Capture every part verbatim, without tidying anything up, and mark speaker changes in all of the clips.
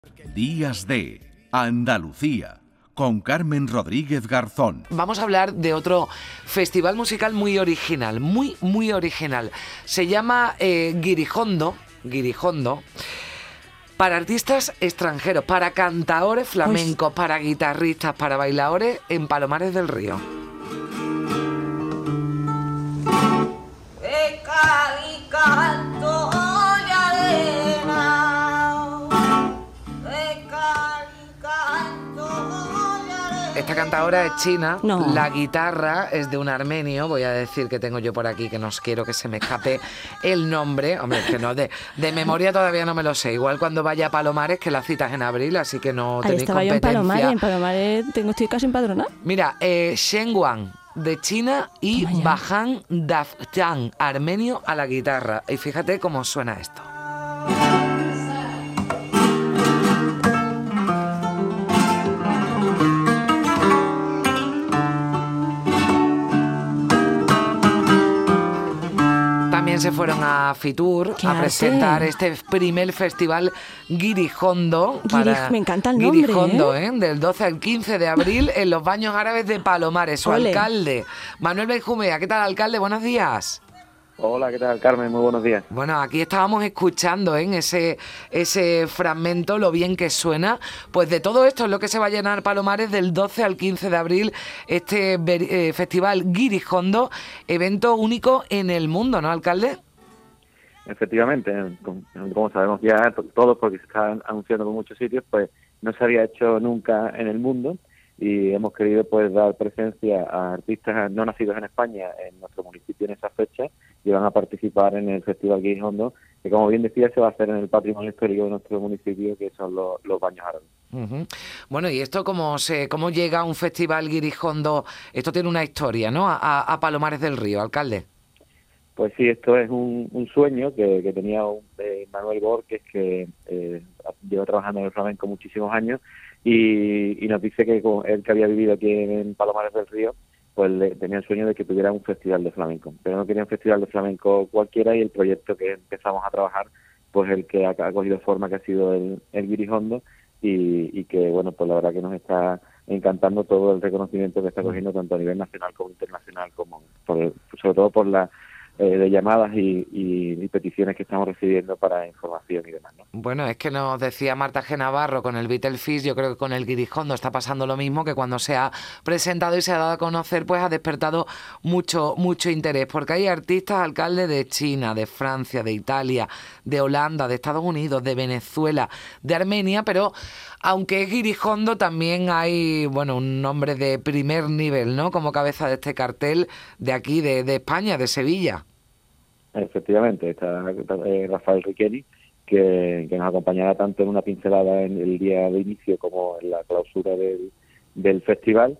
Speaker 1: Días de Andalucía, con Carmen Rodríguez Garzón.
Speaker 2: Vamos a hablar de otro festival musical muy original, muy, muy original. Se llama eh, Guirijondo, Guirijondo, para artistas extranjeros, para cantaores flamencos, para guitarristas, para bailadores en Palomares del Río. Esta cantadora es china,
Speaker 3: No.
Speaker 2: La guitarra es de un armenio, voy a decir que tengo yo por aquí, que no quiero que se me escape el nombre, hombre, que no, de, de memoria todavía no me lo sé, igual cuando vaya a Palomares, que la citas en abril, así que no
Speaker 3: Ahí
Speaker 2: tenéis
Speaker 3: estaba yo en
Speaker 2: competencia.
Speaker 3: Palomares, en Palomares tengo, estoy casi empadronada.
Speaker 2: Mira, eh, Shen Wang, de China, y
Speaker 3: Toma ya.
Speaker 2: Bahan Daftan, armenio, a la guitarra, y fíjate cómo suena esto. También se fueron a Fitur
Speaker 3: ¿Qué
Speaker 2: a
Speaker 3: hace?
Speaker 2: presentar este primer festival Guirijondo.
Speaker 3: Guiri- me encanta el nombre,
Speaker 2: Guirijondo, ¿eh? Del doce al quince de abril en los Baños Árabes de Palomares. Su
Speaker 3: Ole.
Speaker 2: alcalde, Manuel Benjumea. ¿Qué tal, alcalde? Buenos días.
Speaker 4: Hola, ¿qué tal, Carmen? Muy buenos días.
Speaker 2: Bueno, aquí estábamos escuchando ¿eh? ese, ese fragmento, lo bien que suena. Pues de todo esto es lo que se va a llenar Palomares del doce al quince de abril, este eh, festival Guirijondo, evento único en el mundo, ¿no, alcalde?
Speaker 4: Efectivamente, como, como sabemos ya to- todos, porque se está anunciando por muchos sitios, pues no se había hecho nunca en el mundo y hemos querido pues dar presencia a artistas no nacidos en España en nuestro municipio en esa fecha y van a participar en el Festival Guirijondo, que como bien decía se va a hacer en el patrimonio histórico de nuestro municipio, que son los, los Baños Árabes.
Speaker 2: Uh-huh. Bueno, ¿y esto cómo se cómo llega a un festival Guirijondo? Esto tiene una historia, ¿no? A, a Palomares del Río, alcalde.
Speaker 4: Pues sí, esto es un, un sueño que, que tenía un, eh, Manuel Borges, que eh, lleva trabajando en el flamenco muchísimos años y, y nos dice que con él, que había vivido aquí en Palomares del Río, pues le, tenía el sueño de que tuviera un festival de flamenco. Pero no quería un festival de flamenco cualquiera y el proyecto que empezamos a trabajar, pues el que ha, ha cogido forma, que ha sido el, el Guirijondo y, y que, bueno, pues la verdad que nos está encantando todo el reconocimiento que está cogiendo tanto a nivel nacional como internacional, como por, sobre todo por la Eh, de llamadas y, y, y peticiones que estamos recibiendo para información y demás, ¿no?
Speaker 2: Bueno, es que nos decía Marta G. Navarro con el Beatlefist, yo creo que con el Guirijondo está pasando lo mismo, que cuando se ha presentado y se ha dado a conocer, pues ha despertado mucho, mucho interés, porque hay artistas, alcaldes de China, de Francia, de Italia, de Holanda, de Estados Unidos, de Venezuela, de Armenia, pero aunque es Guirijondo, también hay, bueno, un nombre de primer nivel, ¿no? Como cabeza de este cartel de aquí, de, de España, de Sevilla.
Speaker 4: Efectivamente, está eh, Rafael Riqueni, que, que nos acompañará tanto en una pincelada en el día de inicio como en la clausura del, del festival.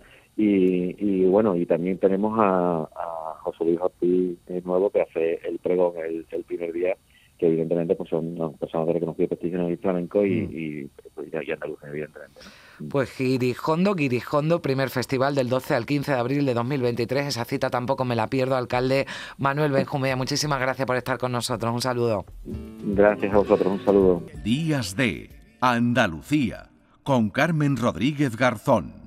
Speaker 4: Y, y bueno, y también tenemos a, a José Luis Ortiz de nuevo, que hace el pregón el, el primer día, que evidentemente pues son no, personas de reconocido prestigio en el flamenco y,
Speaker 2: Mm.
Speaker 4: y, pues, y andaluces, evidentemente, ¿no?
Speaker 2: Pues Guirijondo, Guirijondo, primer festival del doce al quince de abril de dos mil veintitrés. Esa cita tampoco me la pierdo, alcalde Manuel Benjumea. Muchísimas gracias por estar con nosotros. Un saludo.
Speaker 4: Gracias a vosotros, un saludo.
Speaker 1: Días de Andalucía, con Carmen Rodríguez Garzón.